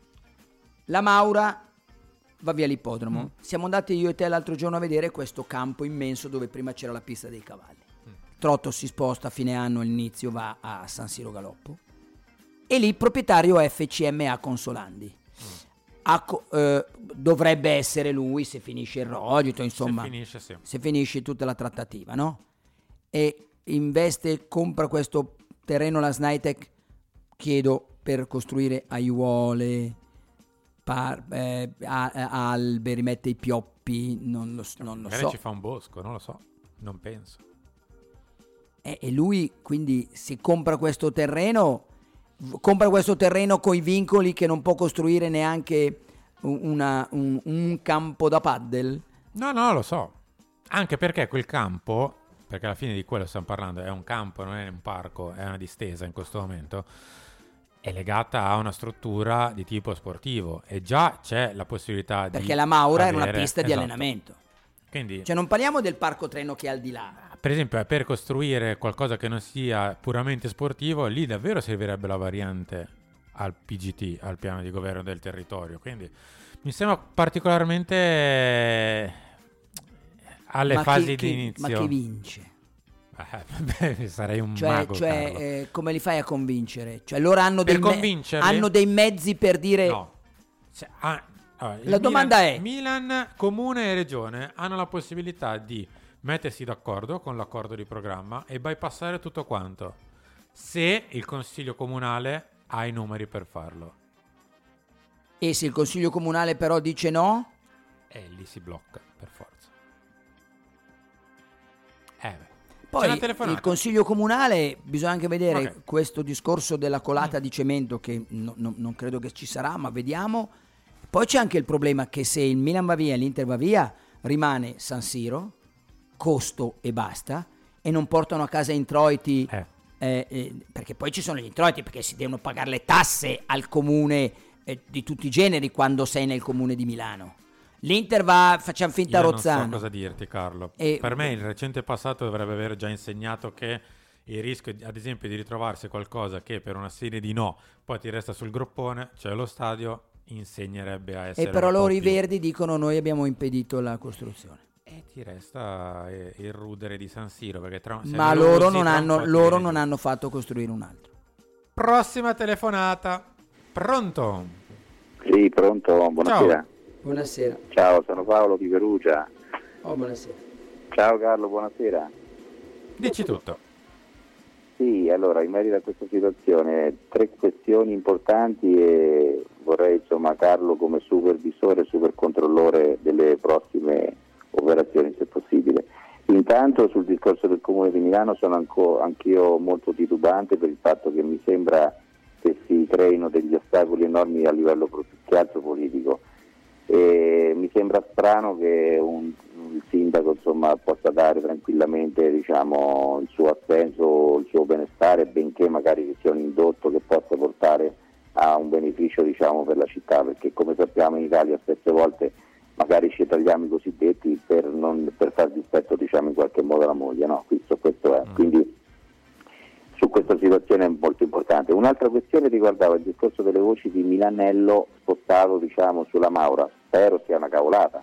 La Maura va via l'ippodromo. Mm. Siamo andati io e te l'altro giorno a vedere questo campo immenso dove prima c'era la pista dei cavalli. Trotto si sposta a fine anno, all'inizio va a San Siro Galoppo. E lì il proprietario è F C M A Consolandi. Ha co- eh, dovrebbe essere lui se finisce il rogito, insomma. Se finisce, sì. Se finisce tutta la trattativa, no? E investe, compra questo terreno la Snaitech, chiedo, per costruire aiuole, par- eh, a- a- alberi, mette i pioppi, non lo, s- non lo Magari so. ci fa un bosco, non lo so. Non penso. E, e lui quindi si compra questo terreno, v- compra questo terreno coi vincoli che non può costruire neanche un, una- un- un campo da paddle. No, no, lo so. Anche perché quel campo, perché alla fine di quello stiamo parlando, è un campo, non è un parco, è una distesa in questo momento. è legata a una struttura di tipo sportivo e già c'è la possibilità di perché la Maura avere, è una pista di esatto. allenamento. Quindi, cioè non parliamo del parco treno che è al di là. per esempio, per costruire qualcosa che non sia puramente sportivo, lì davvero servirebbe la variante al P G T, al piano di governo del territorio. Quindi mi sembra particolarmente alle ma fasi chi, di chi, inizio. ma chi vince? Eh, beh, sarei un Cioè, mago, cioè Carlo. eh, come li fai a convincere? Cioè loro hanno, Per dei, me- convincerli? hanno dei mezzi per dire No. Cioè, ah, allora, il La domanda Milan- è- Milan, comune e regione hanno la possibilità di mettersi d'accordo con l'accordo di programma e bypassare tutto quanto, se il consiglio comunale ha i numeri per farlo. e se il consiglio comunale però dice no? E lì si blocca per forza. Eh beh. C'è Poi una telefonata? il consiglio comunale, bisogna anche vedere Ok. questo discorso della colata di cemento che no- no- non credo che ci sarà, ma vediamo. Poi c'è anche il problema che se il Milan va via e l'Inter va via, rimane San Siro, costo e basta, e non portano a casa introiti, Eh. eh, eh, perché poi ci sono gli introiti, perché si devono pagare le tasse al comune eh, di tutti i generi quando sei nel comune di Milano. L'Inter va, facciamo finta, Io Rozzano. non so cosa dirti, Carlo. E- Per me il recente passato dovrebbe aver già insegnato che il rischio, ad esempio, di ritrovarsi qualcosa che per una serie di no poi ti resta sul groppone, cioè lo stadio, insegnerebbe a essere E però un po' loro i più- Verdi dicono noi abbiamo impedito la costruzione. E ti resta eh, il rudere di San Siro, perché tra, se Ma lo loro, usi, non tra un hanno, po' ti loro viene non giù. hanno fatto costruire un altro. Prossima telefonata. Pronto? Sì, pronto, buonasera. Buonasera. Ciao, sono Paolo di Perugia. Oh, buonasera. Ciao Carlo, buonasera. Dici tutto. Sì, allora, in merito a questa situazione, tre questioni importanti e vorrei insomma Carlo come supervisore, super controllore delle prossime operazioni se possibile. Intanto sul discorso del Comune di Milano sono anco, anch'io molto titubante per il fatto che mi sembra che si creino degli ostacoli enormi a livello più che altro politico. E mi sembra strano che un, il sindaco insomma, possa dare tranquillamente diciamo, il suo assenso, il suo benestare, benché magari ci sia un indotto che possa portare a un beneficio diciamo, per la città, perché come sappiamo in Italia spesse volte magari ci tagliamo i cosiddetti per, non, per far dispetto diciamo, in qualche modo alla moglie, no? Questo, questo è. Quindi su questa situazione è molto importante. Un'altra questione riguardava il discorso delle voci di Milanello spostato diciamo, sulla Maura, spero sia una cavolata.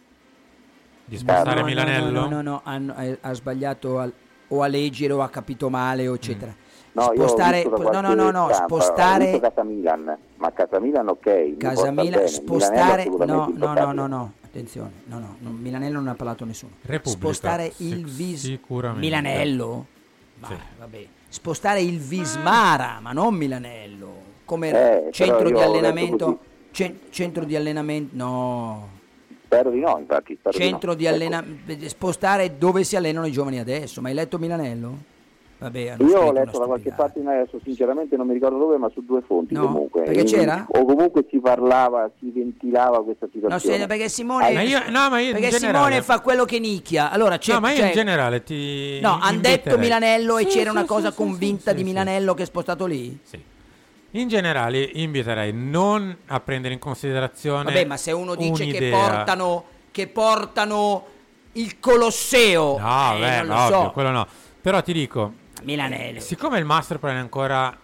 Di spostare no, Milanello? No, no, no, no, hanno- eh, ha sbagliato al- o a leggere o ha capito male, o eccetera. No, spostare, io ho visto da no, no, no, no, qualche stampa, ho spostare visto Casa Milan, ma Casa Milan ok, mi Casa porta Milan, bene. spostare, Milanello no, assolutamente no, no, intoccabile. no, no, attenzione, no, no, no, Milanello non ha parlato nessuno. Repubblica, Spostare sic- il vis sicuramente. Milanello? Ma, Sì. vabbè. Spostare il Vismara, ma non Milanello, come Eh, centro però di io ho letto allenamento, cen- centro di allenamento, no, Spero di no, infatti. Spero centro di, di no. allenamento, spostare dove si allenano i giovani adesso. Ma hai letto Milanello? Vabbè, hanno Io scritto ho una letto da qualche stupidata. parte in adesso, sinceramente non mi ricordo dove, ma su due fonti No? comunque. Perché In- c'era? O comunque si parlava, si ventilava questa No, situazione. se- perché Simone, Ma io- no, ma io in perché generale- Simone fa quello che nicchia. Allora, c'è, No, ma io c'è- in generale ti no, hanno detto inviterei- Milanello e Sì, c'era sì, una sì, cosa sì, convinta sì, di sì, Milanello che è spostato lì. Sì. In generale inviterei non a prendere in considerazione Vabbè, ma se uno dice che un'idea- portano, che portano il Colosseo, No, eh, beh, non lo ovvio, so. quello no. Però ti dico, Milanello. siccome il master plan è ancora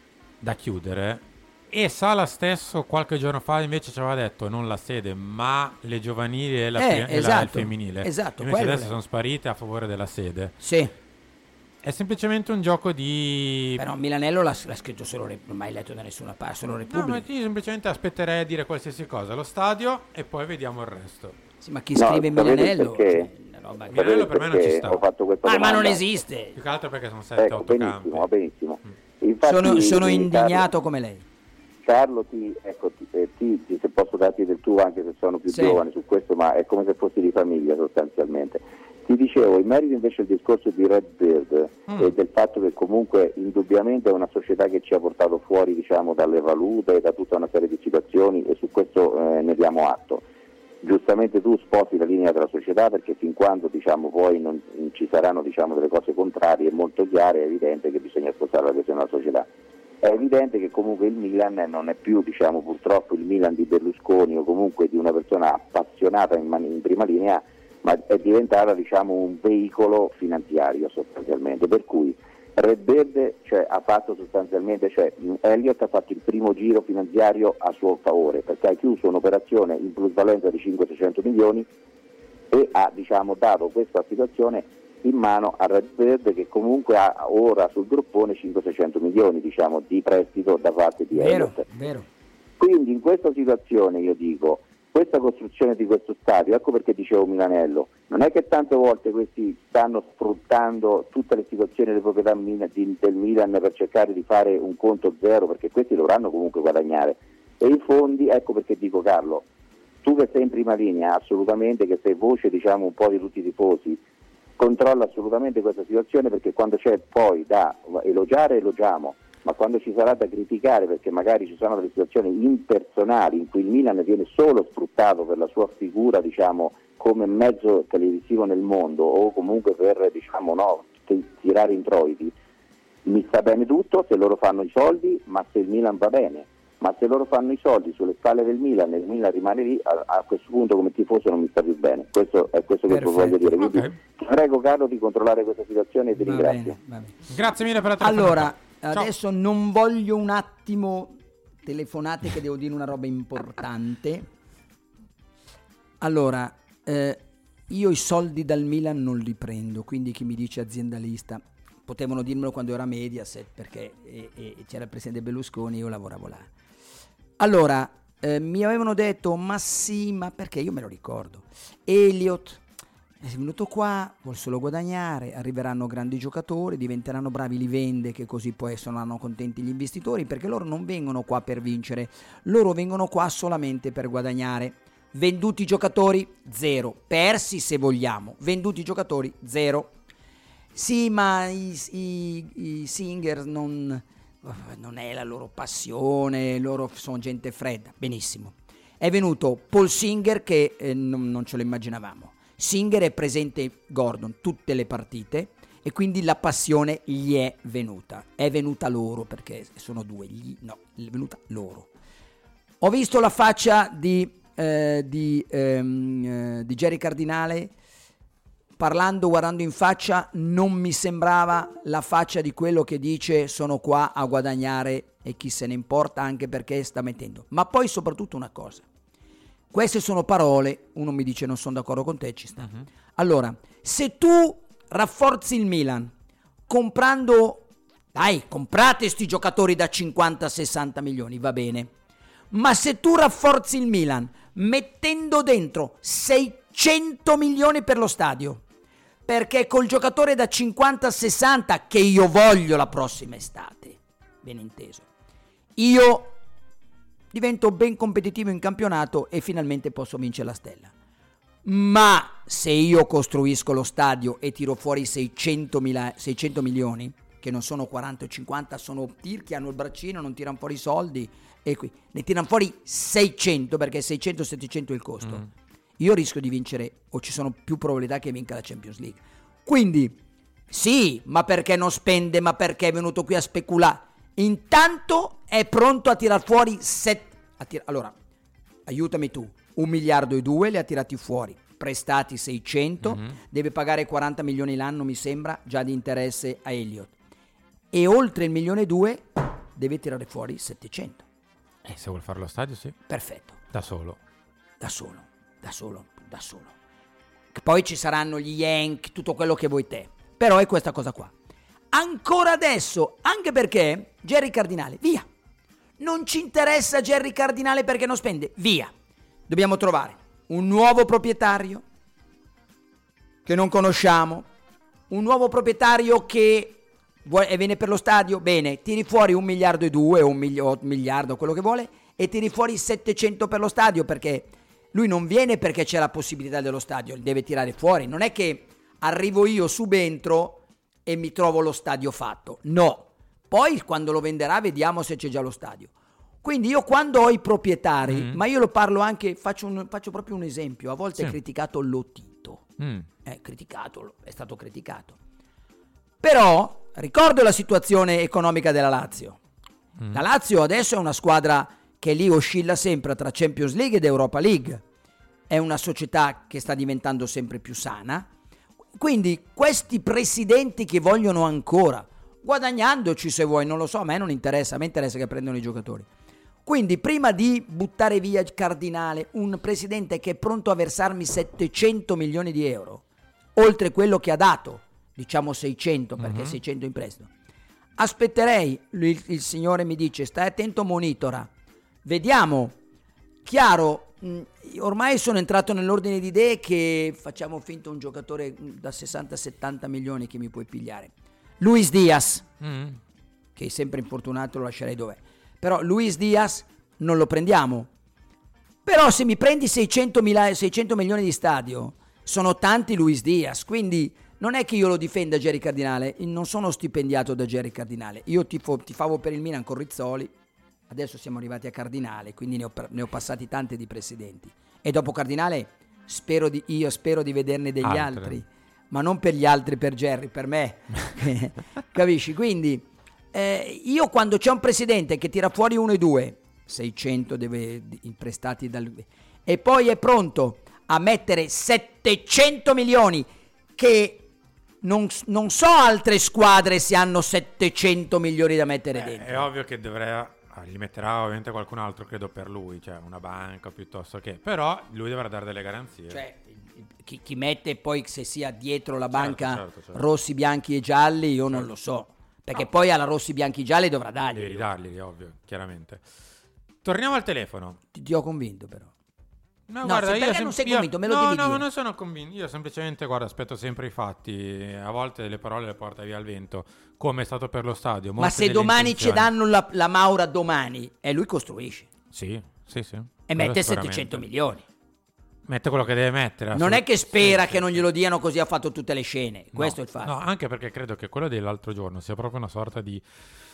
da chiudere e Sala stesso qualche giorno fa invece ci aveva detto non la sede ma le giovanili e, la, Eh, fe- e la- il esatto, femminile, esatto, invece quello adesso è. sono sparite a favore della sede. Sì, È semplicemente un gioco di però Milanello l'ha, l'ha scritto solo, Re- non mai letto da nessuna parte, solo no, Repubblica. ma io semplicemente aspetterei a dire qualsiasi cosa allo stadio e poi vediamo il resto. Sì, ma chi No, scrive sapete Milanello? perché? Cioè, una roba che- Milanello per me non ci Perché sta. ho fatto questa Ah, ma domanda. non esiste. Più che altro perché sono sette Ecco, otto benissimo, campi. va benissimo. Infatti, Sono, sono eh, indignato come lei. Carlo, ti, ecco, ti, eh, ti- ti- se posso darti del tuo anche se sono più Sì. giovane su questo, ma è come se fossi di famiglia sostanzialmente. Ti dicevo, in merito invece al discorso di Red Bird Mm. e del fatto che comunque indubbiamente è una società che ci ha portato fuori diciamo, dalle valute, da tutta una serie di situazioni e su questo eh, ne diamo atto. Giustamente tu sposti la linea della società perché fin quando diciamo, poi non, non ci saranno diciamo, delle cose contrarie è molto chiaro e evidente che bisogna spostare la questione della società. è evidente che comunque il Milan non è più, diciamo, purtroppo il Milan di Berlusconi o comunque di una persona appassionata in, man- in prima linea, ma è diventata, diciamo, un veicolo finanziario sostanzialmente, per cui Red Verde, cioè, ha fatto sostanzialmente, cioè Elliott ha fatto il primo giro finanziario a suo favore, perché ha chiuso un'operazione in plusvalenza di cinquecento seicento milioni e ha, diciamo, dato questa situazione in mano a Red Verde, che comunque ha ora sul groppone cinquecento seicento milioni, diciamo, di prestito da parte di Vero, Elliott. vero. Quindi in questa situazione io dico, questa costruzione di questo stadio, ecco perché dicevo Milanello, non è che tante volte questi stanno sfruttando tutte le situazioni delle proprietà del Milan per cercare di fare un conto zero, perché questi dovranno comunque guadagnare, e i fondi, ecco perché dico Carlo, tu che sei in prima linea assolutamente, che sei voce, diciamo, un po' di tutti i tifosi, controlla assolutamente questa situazione, perché quando c'è poi da elogiare elogiamo, ma quando ci sarà da criticare, perché magari ci sono delle situazioni impersonali in cui il Milan viene solo sfruttato per la sua figura, diciamo, come mezzo televisivo nel mondo, o comunque per, diciamo, no, tirare introiti, mi sta bene tutto se loro fanno i soldi, ma se il Milan va bene, ma se loro fanno i soldi sulle spalle del Milan e il Milan rimane lì, a, a questo punto come tifoso non mi sta più bene. Questo è questo che Perfetto. voglio dire. Quindi Ok. ti prego Carlo di controllare questa situazione e ti Va ringrazio. bene, va bene. Grazie mille per la telefonata. Allora, Ciao. adesso non voglio un attimo telefonate che devo dire una roba importante. Allora, eh, io i soldi dal Milan non li prendo, quindi chi mi dice aziendalista, potevano dirmelo quando era Mediaset, perché e, e c'era il presidente Berlusconi, io lavoravo là. Allora, eh, mi avevano detto, ma sì, ma perché io me lo ricordo. Elliott è venuto qua, vuol solo guadagnare, arriveranno grandi giocatori, diventeranno bravi, li vende, che così poi saranno contenti gli investitori, perché loro non vengono qua per vincere, loro vengono qua solamente per guadagnare. Venduti giocatori, zero. Persi se vogliamo, venduti giocatori, zero. Sì, ma i, i, i Singer non, non è la loro passione, loro sono gente fredda. Benissimo. È venuto Paul Singer che eh, non, non ce lo immaginavamo. Singer è presente Gordon tutte le partite e quindi la passione gli è venuta. È venuta loro, perché sono due, gli, no, è venuta loro. Ho visto la faccia di, eh, di, ehm, eh, di Jerry Cardinale, parlando, guardando in faccia, non mi sembrava la faccia di quello che dice sono qua a guadagnare e chi se ne importa, anche perché sta mettendo. Ma poi soprattutto una cosa. Queste sono parole, uno mi dice non sono d'accordo con te, ci sta. Uh-huh. Allora, se tu rafforzi il Milan comprando, dai, comprate sti giocatori da cinquanta sessanta milioni, va bene. Ma se tu rafforzi il Milan mettendo dentro seicento milioni per lo stadio, perché col giocatore da cinquanta sessanta che io voglio la prossima estate, ben inteso, io divento ben competitivo in campionato e finalmente posso vincere la stella. Ma se io costruisco lo stadio e tiro fuori seicento milioni, che non sono quaranta o cinquanta, sono tir che hanno il braccino, non tirano fuori i soldi, e qui ne tirano fuori seicento, perché seicento settecento è il costo. Mm. Io rischio di vincere, o ci sono più probabilità che vinca la Champions League. Quindi, sì, ma perché non spende, ma perché è venuto qui a speculare? Intanto è pronto a tirar fuori set... a tir- allora, aiutami tu, un miliardo e due li ha tirati fuori, prestati seicento, mm-hmm. deve pagare quaranta milioni l'anno, mi sembra, già di interesse a Elliott, e oltre il milione e due deve tirare fuori settecento. E eh, se vuol fare lo stadio, sì. Perfetto. Da solo. Da solo, da solo, da solo. Che poi ci saranno gli Yank, tutto quello che vuoi te, però è questa cosa qua. Ancora adesso, anche perché Jerry Cardinale, via. Non ci interessa Jerry Cardinale perché non spende, via. Dobbiamo trovare un nuovo proprietario che non conosciamo, un nuovo proprietario che vuole, e viene per lo stadio, bene, tiri fuori un miliardo e due o un milio, miliardo, quello che vuole, e tiri fuori settecento per lo stadio, perché lui non viene perché c'è la possibilità dello stadio, deve tirare fuori. Non è che arrivo io, subentro e mi trovo lo stadio fatto, no. Poi quando lo venderà vediamo se c'è già lo stadio. Quindi io quando ho i proprietari, mm. ma io lo parlo anche, faccio, un, faccio proprio un esempio, a volte sì. è criticato Lotito, mm. è criticato, è stato criticato. Però ricordo la situazione economica della Lazio. Mm. La Lazio adesso è una squadra che lì oscilla sempre tra Champions League ed Europa League. È una società che sta diventando sempre più sana. Quindi questi presidenti che vogliono ancora, guadagnandoci se vuoi, non lo so, a me non interessa, a me interessa che prendano i giocatori. Quindi prima di buttare via Cardinale, un presidente che è pronto a versarmi settecento milioni di euro, oltre quello che ha dato, diciamo seicento, perché mm-hmm. seicento in prestito, aspetterei, il, il signore mi dice stai attento, monitora, vediamo, chiaro, mh, ormai sono entrato nell'ordine di idee che facciamo finta un giocatore da sessanta settanta milioni che mi puoi pigliare. Luis Diaz, mm. che è sempre infortunato, lo lascerei dov'è. Però Luis Diaz non lo prendiamo. Però se mi prendi seicento milioni di stadio, sono tanti Luis Diaz, quindi non è che io lo difenda Jerry Cardinale, non sono stipendiato da Jerry Cardinale. Io tifo, tifavo per il Milan con Rizzoli, adesso siamo arrivati a Cardinale, quindi ne ho, ne ho passati tanti di presidenti. E dopo Cardinale spero di, io spero di vederne degli Altre. altri, ma non per gli altri, per Jerry, per me. Capisci? Quindi eh, io quando c'è un presidente che tira fuori uno e due, seicento deve prestati dal, e poi è pronto a mettere settecento milioni, che non, non so altre squadre se hanno settecento milioni da mettere eh, dentro. È ovvio che dovrà, li metterà ovviamente qualcun altro, credo, per lui, cioè una banca piuttosto che, però lui dovrà dare delle garanzie. Cioè chi, chi mette poi, se sia dietro la banca, certo, certo, certo. rossi, bianchi e gialli, io certo. non lo so, perché no. poi alla rossi, bianchi, gialli dovrà dargli. Devi dargli, ovvio, chiaramente. Torniamo al telefono. Ti, ti ho convinto però. No, no, guarda, io perché sem- non sei io, convinto? Me lo no, devi no, dire. ma non sono convinto. Io semplicemente, guarda, aspetto sempre i fatti. A volte le parole le porta via il vento, come è stato per lo stadio. Ma se domani ci danno la, la Maura domani, e lui costruisce. Sì, sì, sì. E mette settecento milioni. Mette quello che deve mettere. Non è che spera sì, che sì. non glielo diano così ha fatto tutte le scene. No, questo è il fatto. No, anche perché credo che quello dell'altro giorno sia proprio una sorta di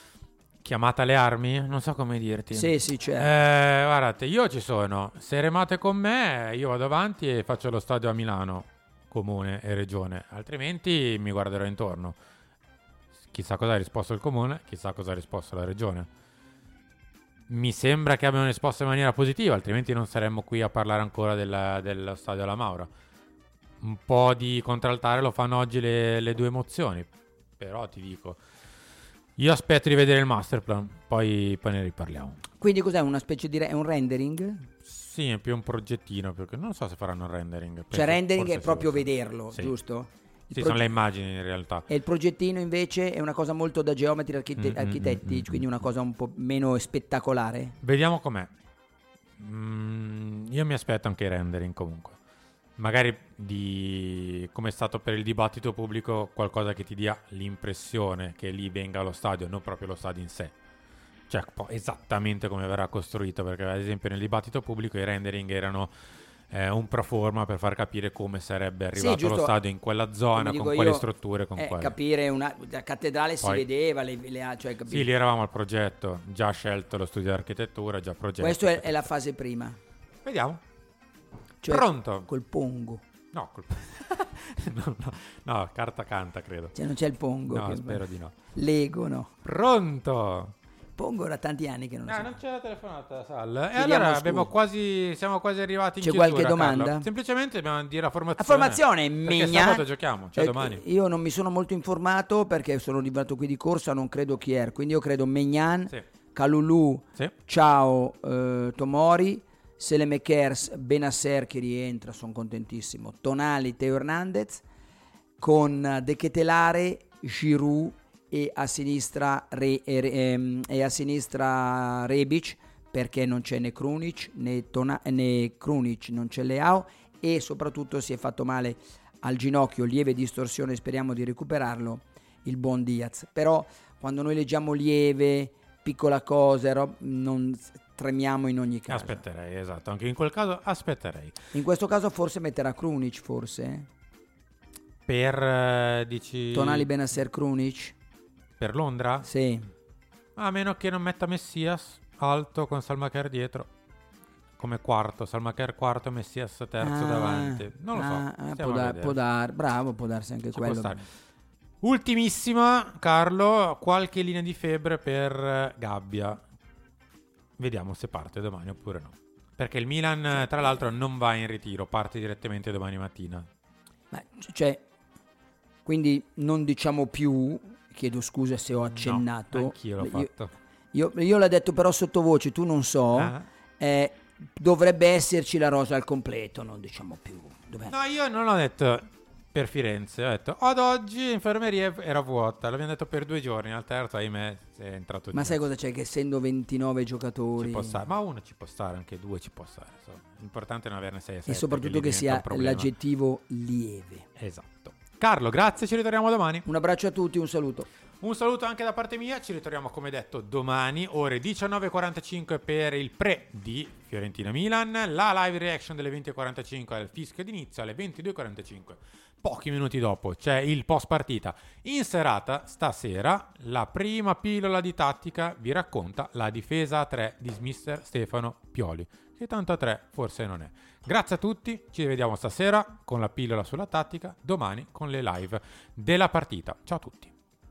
chiamata alle armi, non so come dirti. Sì, sì, certo. Eh, guardate, io ci sono. Se remate con me, io vado avanti e faccio lo stadio a Milano, comune e regione. Altrimenti mi guarderò intorno. Chissà cosa ha risposto il comune, chissà cosa ha risposto la regione. Mi sembra che abbiano risposto in maniera positiva, altrimenti non saremmo qui a parlare ancora della, dello stadio alla Maura. Un po' di contraltare lo fanno oggi le, le due emozioni. Però ti dico, io aspetto di vedere il masterplan, poi, poi ne riparliamo. Quindi cos'è, una specie di re- è un rendering? Sì, è più un progettino, perché non so se faranno il rendering. Cioè Penso, rendering è proprio sì, vederlo, sì. giusto? Il sì, proge- sono le immagini in realtà. E il progettino invece è una cosa molto da geometri archite- mm, architetti, mm, mm, quindi una cosa un po' meno spettacolare. Vediamo com'è. Mm, io mi aspetto anche i rendering comunque. Magari di, come è stato per il dibattito pubblico, qualcosa che ti dia l'impressione che lì venga lo stadio, non proprio lo stadio in sé. Cioè esattamente come verrà costruito, perché ad esempio nel dibattito pubblico i rendering erano eh, un pro forma per far capire come sarebbe arrivato sì, lo stadio in quella zona, con quelle strutture, con eh, quelle. Capire una la cattedrale Poi, si vedeva, le, le, cioè sì, lì eravamo al progetto, già scelto lo studio di architettura, già progetto. Questo è, è la fase prima. Vediamo. Cioè, pronto? Col pongo. No, col... no, no, no, carta canta, credo. Cioè non c'è il pongo. No, che... spero di no. Lego, no. Pronto? Pongo da tanti anni che non no, so. non c'è la telefonata, Sal. E allora abbiamo quasi, siamo quasi arrivati in c'è chiusura, qualche domanda? Carlo. Semplicemente dobbiamo dire la formazione. La formazione, perché Mignan... sabato giochiamo, cioè eh, domani. Io non mi sono molto informato perché sono arrivato qui di corsa, non credo chi è. Quindi io credo Mignan, sì. Kalulu, sì. Ciao, eh, Tomori, Selemekers, Benasser che rientra, sono contentissimo, Tonali, Teo Hernandez, con De Ketelare, Giroud e a sinistra Re, e, e, e a sinistra Rebic, perché non c'è né Krunic né, Tona, né Krunic, non c'è Leao, e soprattutto si è fatto male al ginocchio, lieve distorsione, speriamo di recuperarlo, il buon Diaz. Però quando noi leggiamo lieve, piccola cosa, rob, non tremiamo in ogni caso. Aspetterei, esatto, anche in quel caso aspetterei. In questo caso forse metterà Krunic, forse? Per, eh, dici... Tonali, Benasser, Krunic? Per Londra? Sì. A meno che non metta Messias alto con Salmaker dietro. Come quarto, Salmaker quarto, Messias terzo ah, davanti. Non lo so. Ah, può, dar, può dar, bravo, può darsi anche Ci quello. Ultimissima, Carlo, qualche linea di febbre per Gabbia. Vediamo se parte domani oppure no. Perché il Milan, tra l'altro, non va in ritiro, parte direttamente domani mattina. Ma, cioè, quindi non diciamo più, chiedo scusa se ho accennato. No, anch'io l'ho io, fatto. Io, io l'ho detto però sottovoce, tu non so. Ah. Eh, dovrebbe esserci la rosa al completo, non diciamo più. Dov'è? No, io non l'ho detto per Firenze, ho detto ad oggi l'infermeria era vuota, l'abbiamo detto per due giorni, al terzo ahimè è entrato. Ma sai cosa c'è? Che essendo ventinove giocatori ci può stare, ma uno ci può stare, anche due ci può stare, insomma. L'importante è non averne sei a sette, e soprattutto che sia l'aggettivo lieve. Esatto. Carlo, grazie, ci ritorniamo domani. Un abbraccio a tutti, un saluto. Un saluto anche da parte mia, ci ritroviamo come detto domani, ore diciannove e quarantacinque per il pre di Fiorentina-Milan, la live reaction delle venti e quarantacinque al fischio d'inizio, alle ventidue e quarantacinque. Pochi minuti dopo c'è il post partita. In serata, stasera, la prima pillola di tattica vi racconta la difesa a tre di mister Stefano Pioli, che tanto a tre forse non è. Grazie a tutti, ci rivediamo stasera con la pillola sulla tattica, domani con le live della partita. Ciao a tutti.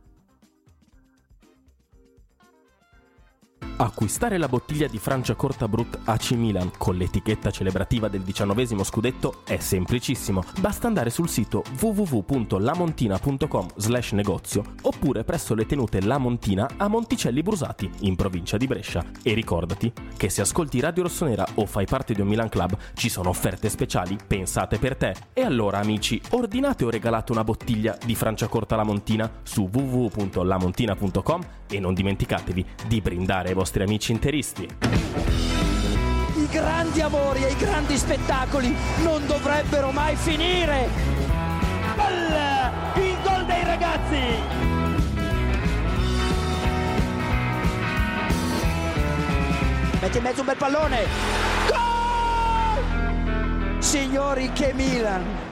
Acquistare la bottiglia di Franciacorta Brut A C Milan con l'etichetta celebrativa del diciannovesimo scudetto è semplicissimo. Basta andare sul sito w w w punto lamontina punto com slash negozio oppure presso le tenute La Montina a Monticelli Brusati, in provincia di Brescia. E ricordati che se ascolti Radio Rossonera o fai parte di un Milan Club ci sono offerte speciali pensate per te. E allora amici, ordinate o regalate una bottiglia di Franciacorta La Montina su w w w punto lamontina punto com e non dimenticatevi di brindare ai vostri amici interisti. I grandi amori e i grandi spettacoli non dovrebbero mai finire. Gol! Il gol dei ragazzi! Mette in mezzo un bel pallone. Gol! Signori, che Milan!